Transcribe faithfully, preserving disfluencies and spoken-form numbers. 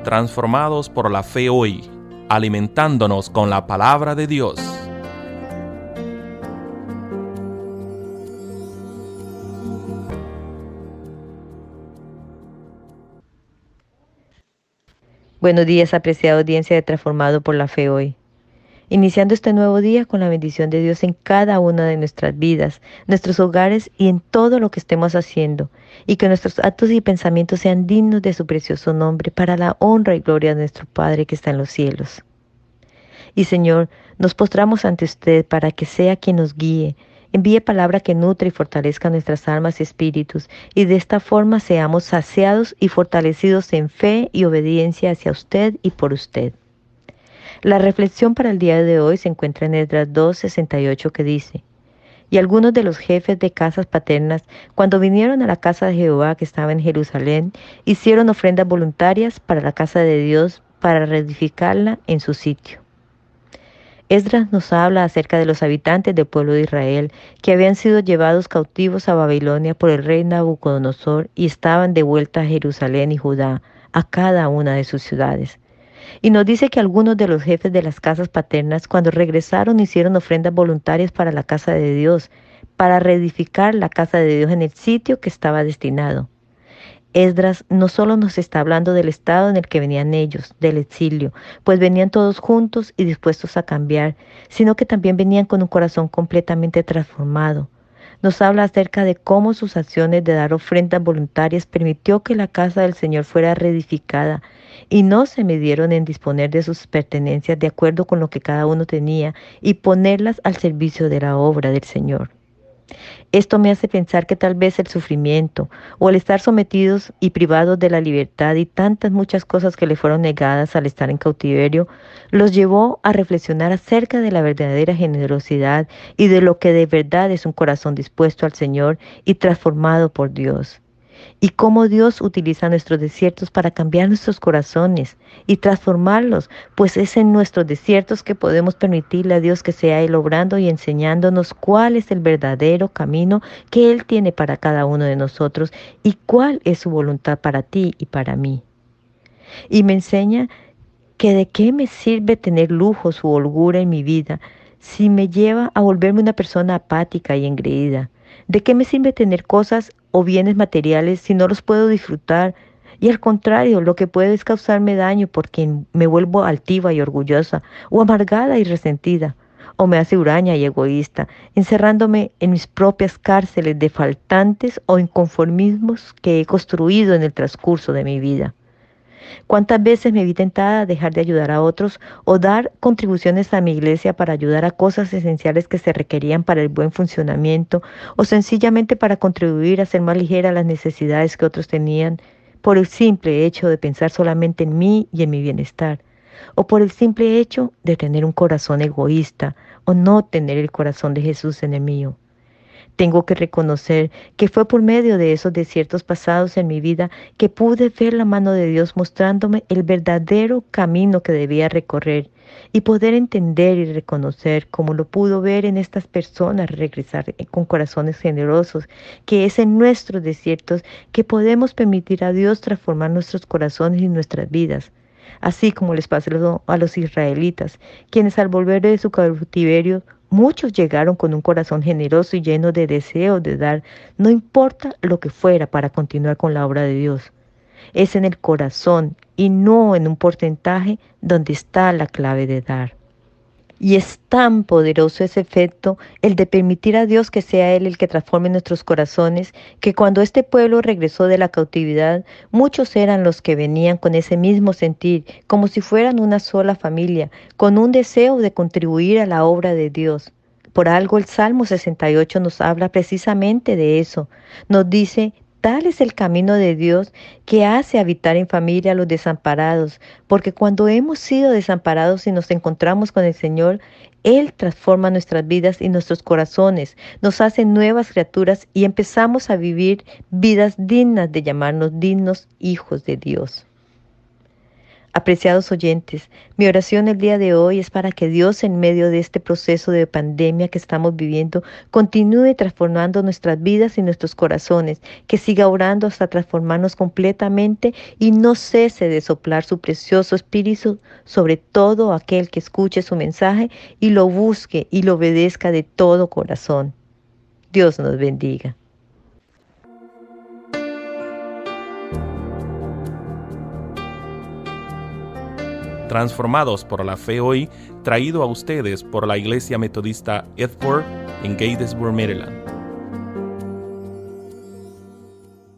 transformados por la fe hoy, alimentándonos con la palabra de Dios. Buenos días, apreciada audiencia de Transformado por la Fe hoy. Iniciando este nuevo día con la bendición de Dios en cada una de nuestras vidas, nuestros hogares y en todo lo que estemos haciendo, y que nuestros actos y pensamientos sean dignos de su precioso nombre para la honra y gloria de nuestro Padre que está en los cielos. Y Señor, nos postramos ante usted para que sea quien nos guíe, envíe palabra que nutre y fortalezca nuestras almas y espíritus, y de esta forma seamos saciados y fortalecidos en fe y obediencia hacia usted y por usted. La reflexión para el día de hoy se encuentra en Esdras dos, sesenta y ocho, que dice: Y algunos de los jefes de casas paternas, cuando vinieron a la casa de Jehová que estaba en Jerusalén, hicieron ofrendas voluntarias para la casa de Dios, para reedificarla en su sitio. Esdras nos habla acerca de los habitantes del pueblo de Israel que habían sido llevados cautivos a Babilonia por el rey Nabucodonosor y estaban de vuelta a Jerusalén y Judá, a cada una de sus ciudades. Y nos dice que algunos de los jefes de las casas paternas, cuando regresaron, hicieron ofrendas voluntarias para la casa de Dios, para reedificar la casa de Dios en el sitio que estaba destinado. Esdras no solo nos está hablando del estado en el que venían ellos, del exilio, pues venían todos juntos y dispuestos a cambiar, sino que también venían con un corazón completamente transformado. Nos habla acerca de cómo sus acciones de dar ofrendas voluntarias permitió que la casa del Señor fuera reedificada, y no se midieron en disponer de sus pertenencias de acuerdo con lo que cada uno tenía y ponerlas al servicio de la obra del Señor. Esto me hace pensar que tal vez el sufrimiento o el estar sometidos y privados de la libertad y tantas muchas cosas que le fueron negadas al estar en cautiverio, los llevó a reflexionar acerca de la verdadera generosidad y de lo que de verdad es un corazón dispuesto al Señor y transformado por Dios. Y cómo Dios utiliza nuestros desiertos para cambiar nuestros corazones y transformarlos, pues es en nuestros desiertos que podemos permitirle a Dios que sea Él obrando y enseñándonos cuál es el verdadero camino que Él tiene para cada uno de nosotros y cuál es su voluntad para ti y para mí. Y me enseña que de qué me sirve tener lujos u holgura en mi vida si me lleva a volverme una persona apática y engreída. ¿De qué me sirve tener cosas o bienes materiales si no los puedo disfrutar? Y al contrario, lo que puede es causarme daño porque me vuelvo altiva y orgullosa, o amargada y resentida, o me hace huraña y egoísta, encerrándome en mis propias cárceles de faltantes o inconformismos que he construido en el transcurso de mi vida. ¿Cuántas veces me vi tentada a dejar de ayudar a otros o dar contribuciones a mi iglesia para ayudar a cosas esenciales que se requerían para el buen funcionamiento o sencillamente para contribuir a hacer más ligeras las necesidades que otros tenían por el simple hecho de pensar solamente en mí y en mi bienestar, o por el simple hecho de tener un corazón egoísta o no tener el corazón de Jesús en el mío? Tengo que reconocer que fue por medio de esos desiertos pasados en mi vida que pude ver la mano de Dios mostrándome el verdadero camino que debía recorrer y poder entender y reconocer, como lo pudo ver en estas personas regresar con corazones generosos, que es en nuestros desiertos que podemos permitir a Dios transformar nuestros corazones y nuestras vidas. Así como les pasó a los israelitas, quienes al volver de su cautiverio, muchos llegaron con un corazón generoso y lleno de deseos de dar, no importa lo que fuera, para continuar con la obra de Dios. Es en el corazón y no en un porcentaje donde está la clave de dar. Y es tan poderoso ese efecto, el de permitir a Dios que sea Él el que transforme nuestros corazones, que cuando este pueblo regresó de la cautividad, muchos eran los que venían con ese mismo sentir, como si fueran una sola familia, con un deseo de contribuir a la obra de Dios. Por algo el Salmo sesenta y ocho nos habla precisamente de eso. Nos dice: tal es el camino de Dios, que hace habitar en familia a los desamparados, porque cuando hemos sido desamparados y nos encontramos con el Señor, Él transforma nuestras vidas y nuestros corazones, nos hace nuevas criaturas y empezamos a vivir vidas dignas de llamarnos dignos hijos de Dios. Apreciados oyentes, mi oración el día de hoy es para que Dios, en medio de este proceso de pandemia que estamos viviendo, continúe transformando nuestras vidas y nuestros corazones, que siga orando hasta transformarnos completamente y no cese de soplar su precioso espíritu sobre todo aquel que escuche su mensaje y lo busque y lo obedezca de todo corazón. Dios nos bendiga. Transformados por la Fe Hoy, traído a ustedes por la Iglesia Metodista Edford en Gatesburg, Maryland.